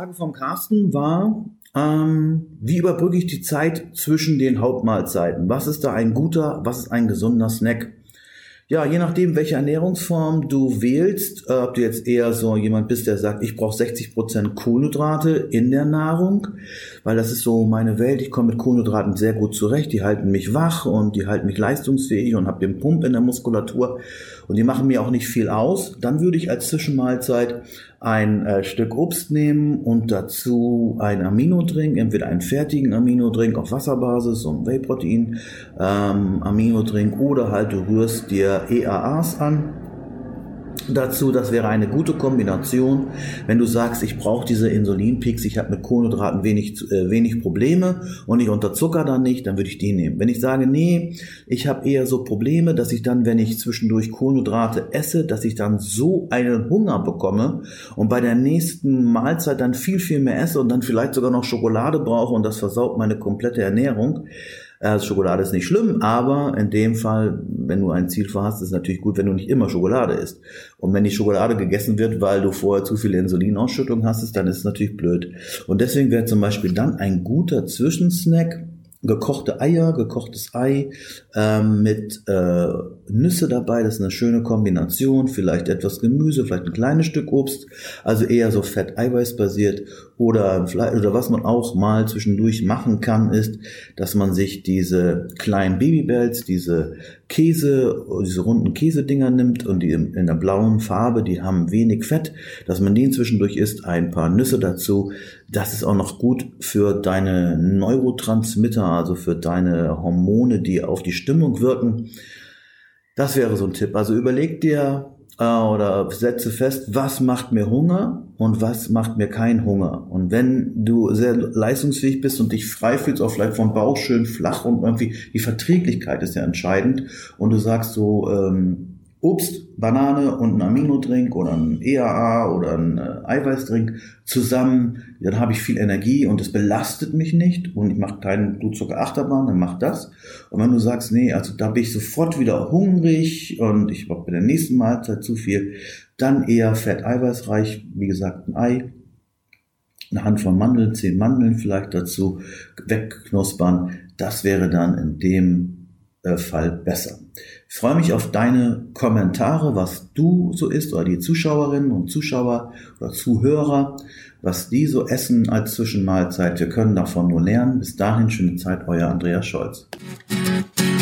Frage vom Carsten war, wie überbrücke ich die Zeit zwischen den Hauptmahlzeiten? Was ist da ein guter, was ist ein gesunder Snack? Ja, je nachdem, welche Ernährungsform du wählst, ob du jetzt eher so jemand bist, der sagt, ich brauche 60% Kohlenhydrate in der Nahrung, weil das ist so meine Welt, ich komme mit Kohlenhydraten sehr gut zurecht, die halten mich wach und die halten mich leistungsfähig und habe den Pump in der Muskulatur und die machen mir auch nicht viel aus. Dann würde ich als Zwischenmahlzeit ein Stück Obst nehmen und dazu einen Aminodrink, entweder einen fertigen Aminodrink auf Wasserbasis, so ein Whey-Protein Aminodrink, oder halt du rührst dir EAAs an. Dazu, das wäre eine gute Kombination. Wenn du sagst, ich brauche diese Insulinpeaks, ich habe mit Kohlenhydraten wenig Probleme und ich unterzucker dann nicht, dann würde ich die nehmen. Wenn ich sage, nee, ich habe eher so Probleme, dass ich dann, wenn ich zwischendurch Kohlenhydrate esse, dass ich dann so einen Hunger bekomme und bei der nächsten Mahlzeit dann viel mehr esse und dann vielleicht sogar noch Schokolade brauche und das versaut meine komplette Ernährung. Schokolade ist nicht schlimm, aber in dem Fall, wenn du ein Ziel vorhast, ist es natürlich gut, wenn du nicht immer Schokolade isst. Und wenn die Schokolade gegessen wird, weil du vorher zu viel Insulinausschüttung hast, dann ist es natürlich blöd. Und deswegen wäre zum Beispiel dann ein guter Zwischensnack gekochte Eier, gekochtes Ei mit Nüsse dabei, das ist eine schöne Kombination, vielleicht etwas Gemüse, vielleicht ein kleines Stück Obst, also eher so Fett-Eiweiß-basiert oder was man auch mal zwischendurch machen kann, ist, dass man sich diese kleinen Babybells, diese runden Käsedinger nimmt und die in der blauen Farbe, die haben wenig Fett, dass man die zwischendurch isst, ein paar Nüsse dazu. Das ist auch noch gut für deine Neurotransmitter, also für deine Hormone, die auf die Stimmung wirken. Das wäre so ein Tipp. Also überleg dir oder setze fest, was macht mir Hunger und was macht mir keinen Hunger. Und wenn du sehr leistungsfähig bist und dich frei fühlst, auch vielleicht vom Bauch schön flach und irgendwie die Verträglichkeit ist ja entscheidend und du sagst so Obst, Banane und ein Aminodrink oder ein EAA oder ein Eiweißdrink zusammen, dann habe ich viel Energie und es belastet mich nicht und ich mache keinen Blutzuckerachterbahn, dann mach das. Und wenn du sagst, nee, also da bin ich sofort wieder hungrig und ich brauche bei der nächsten Mahlzeit zu viel, dann eher fett-eiweißreich, wie gesagt ein Ei, eine Handvoll Mandeln, 10 Mandeln vielleicht dazu, wegknuspern, das wäre dann in dem Fall besser. Ich freue mich auf deine Kommentare, was du so isst oder die Zuschauerinnen und Zuschauer oder Zuhörer, was die so essen als Zwischenmahlzeit. Wir können davon nur lernen. Bis dahin, schöne Zeit, euer Andreas Scholz.